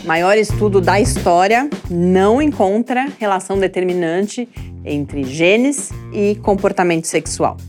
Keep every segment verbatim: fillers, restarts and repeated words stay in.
maior estudo da história não encontra relação determinante entre genes e comportamento sexual.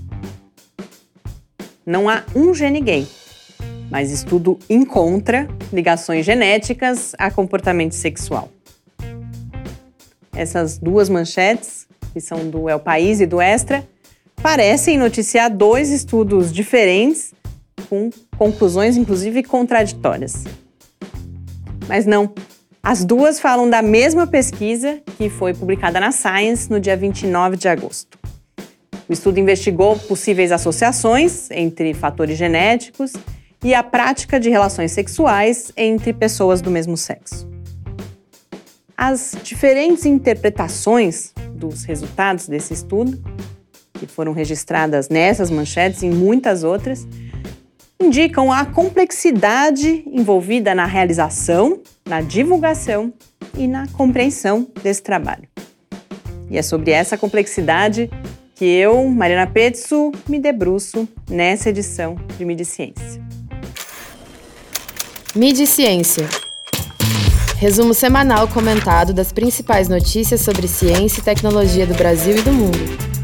Não há um gene gay, mas estudo encontra ligações genéticas a comportamento sexual. Essas duas manchetes, que são do El País e do Extra, parecem noticiar dois estudos diferentes, com conclusões inclusive contraditórias. Mas não, as duas falam da mesma pesquisa que foi publicada na Science no dia vinte e nove de agosto. O estudo investigou possíveis associações entre fatores genéticos e a prática de relações sexuais entre pessoas do mesmo sexo. As diferentes interpretações dos resultados desse estudo, que foram registradas nessas manchetes e em muitas outras, indicam a complexidade envolvida na realização, na divulgação e na compreensão desse trabalho. E é sobre essa complexidade que eu, Mariana Pezzo, me debruço nessa edição de Mídia e Ciência. Mídia e Ciência. Resumo semanal comentado das principais notícias sobre ciência e tecnologia do Brasil e do mundo.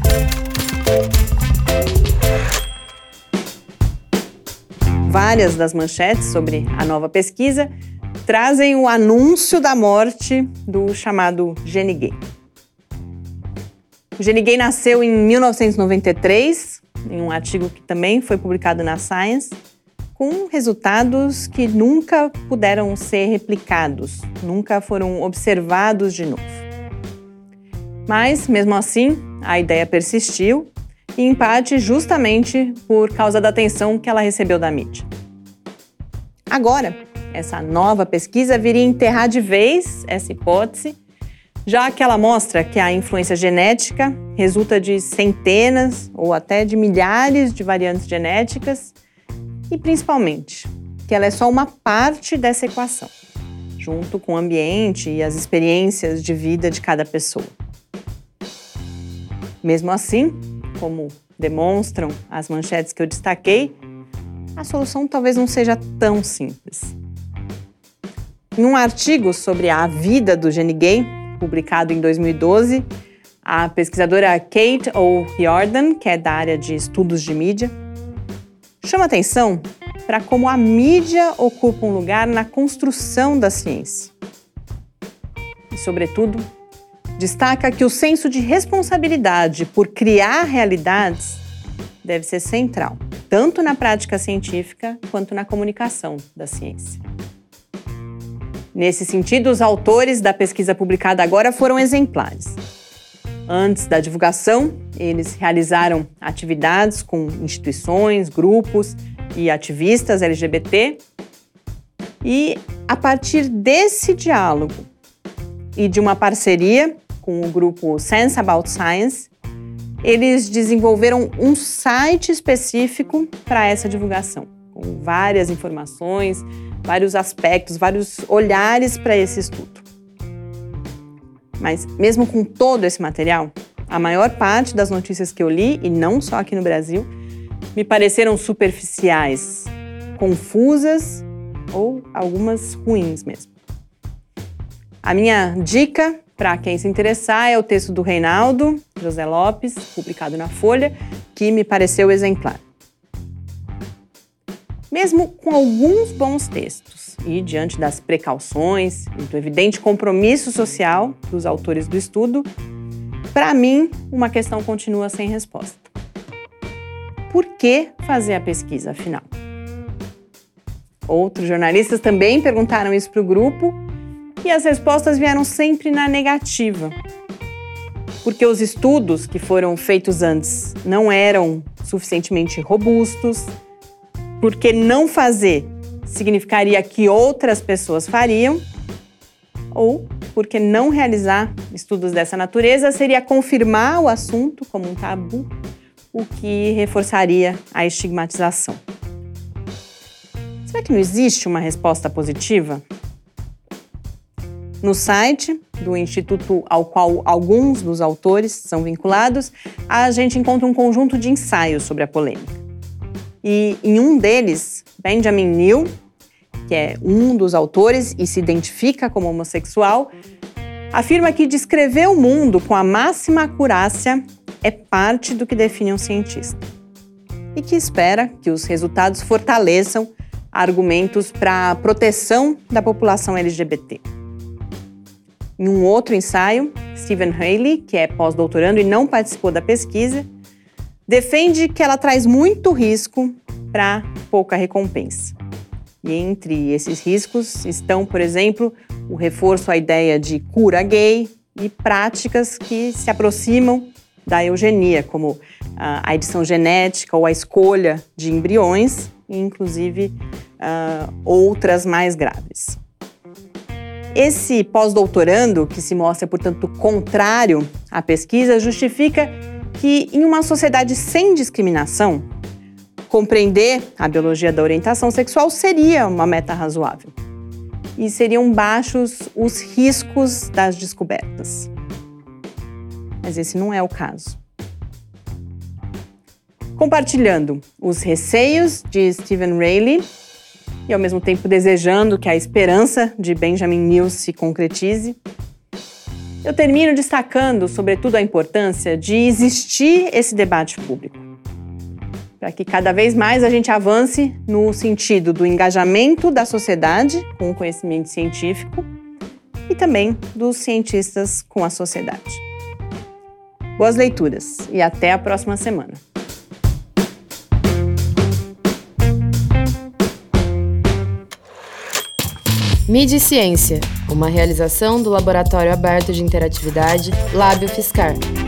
Várias das manchetes sobre a nova pesquisa trazem o anúncio da morte do chamado gene gay. O gene gay nasceu em mil novecentos e noventa e três, em um artigo que também foi publicado na Science, com resultados que nunca puderam ser replicados, nunca foram observados de novo. Mas, mesmo assim, a ideia persistiu, e em parte justamente por causa da atenção que ela recebeu da mídia. Agora, essa nova pesquisa viria enterrar de vez essa hipótese, já que ela mostra que a influência genética resulta de centenas ou até de milhares de variantes genéticas e, principalmente, que ela é só uma parte dessa equação, junto com o ambiente e as experiências de vida de cada pessoa. Mesmo assim, como demonstram as manchetes que eu destaquei, a solução talvez não seja tão simples. Em um artigo sobre a vida do gene gay, publicado em dois mil e doze, a pesquisadora Kate O'Riordan, que é da área de estudos de mídia, chama atenção para como a mídia ocupa um lugar na construção da ciência. E, sobretudo, destaca que o senso de responsabilidade por criar realidades deve ser central, tanto na prática científica quanto na comunicação da ciência. Nesse sentido, os autores da pesquisa publicada agora foram exemplares. Antes da divulgação, eles realizaram atividades com instituições, grupos e ativistas L G B T e, a partir desse diálogo e de uma parceria com o grupo Sense About Science, eles desenvolveram um site específico para essa divulgação, com várias informações, vários aspectos, vários olhares para esse estudo. Mas, mesmo com todo esse material, a maior parte das notícias que eu li, e não só aqui no Brasil, me pareceram superficiais, confusas ou algumas ruins mesmo. A minha dica para quem se interessar é o texto do Reinaldo José Lopes, publicado na Folha, que me pareceu exemplar. Mesmo com alguns bons textos e diante das precauções e do evidente compromisso social dos autores do estudo, para mim, uma questão continua sem resposta. Por que fazer a pesquisa, afinal? Outros jornalistas também perguntaram isso para o grupo e as respostas vieram sempre na negativa. Porque os estudos que foram feitos antes não eram suficientemente robustos, porque não fazer significaria que outras pessoas fariam, ou porque não realizar estudos dessa natureza seria confirmar o assunto como um tabu, o que reforçaria a estigmatização. Será que não existe uma resposta positiva? No site do instituto ao qual alguns dos autores são vinculados, a gente encontra um conjunto de ensaios sobre a polêmica. E em um deles, Benjamin New, que é um dos autores e se identifica como homossexual, afirma que descrever o mundo com a máxima acurácia é parte do que define um cientista e que espera que os resultados fortaleçam argumentos para a proteção da população L G B T. Em um outro ensaio, Stephen Haley, que é pós-doutorando e não participou da pesquisa, defende que ela traz muito risco para pouca recompensa. E entre esses riscos estão, por exemplo, o reforço à ideia de cura gay e práticas que se aproximam da eugenia, como a edição genética ou a escolha de embriões, e inclusive uh, outras mais graves. Esse pós-doutorando, que se mostra, portanto, contrário à pesquisa, justifica que, em uma sociedade sem discriminação, compreender a biologia da orientação sexual seria uma meta razoável. E seriam baixos os riscos das descobertas. Mas esse não é o caso. Compartilhando os receios de Stephen Haley e, ao mesmo tempo, desejando que a esperança de Benjamin Mills se concretize, eu termino destacando, sobretudo, a importância de existir esse debate público, para que cada vez mais a gente avance no sentido do engajamento da sociedade com o conhecimento científico e também dos cientistas com a sociedade. Boas leituras e até a próxima semana. Mídia e Ciência, uma realização do Laboratório Aberto de Interatividade Lábio Fiscar.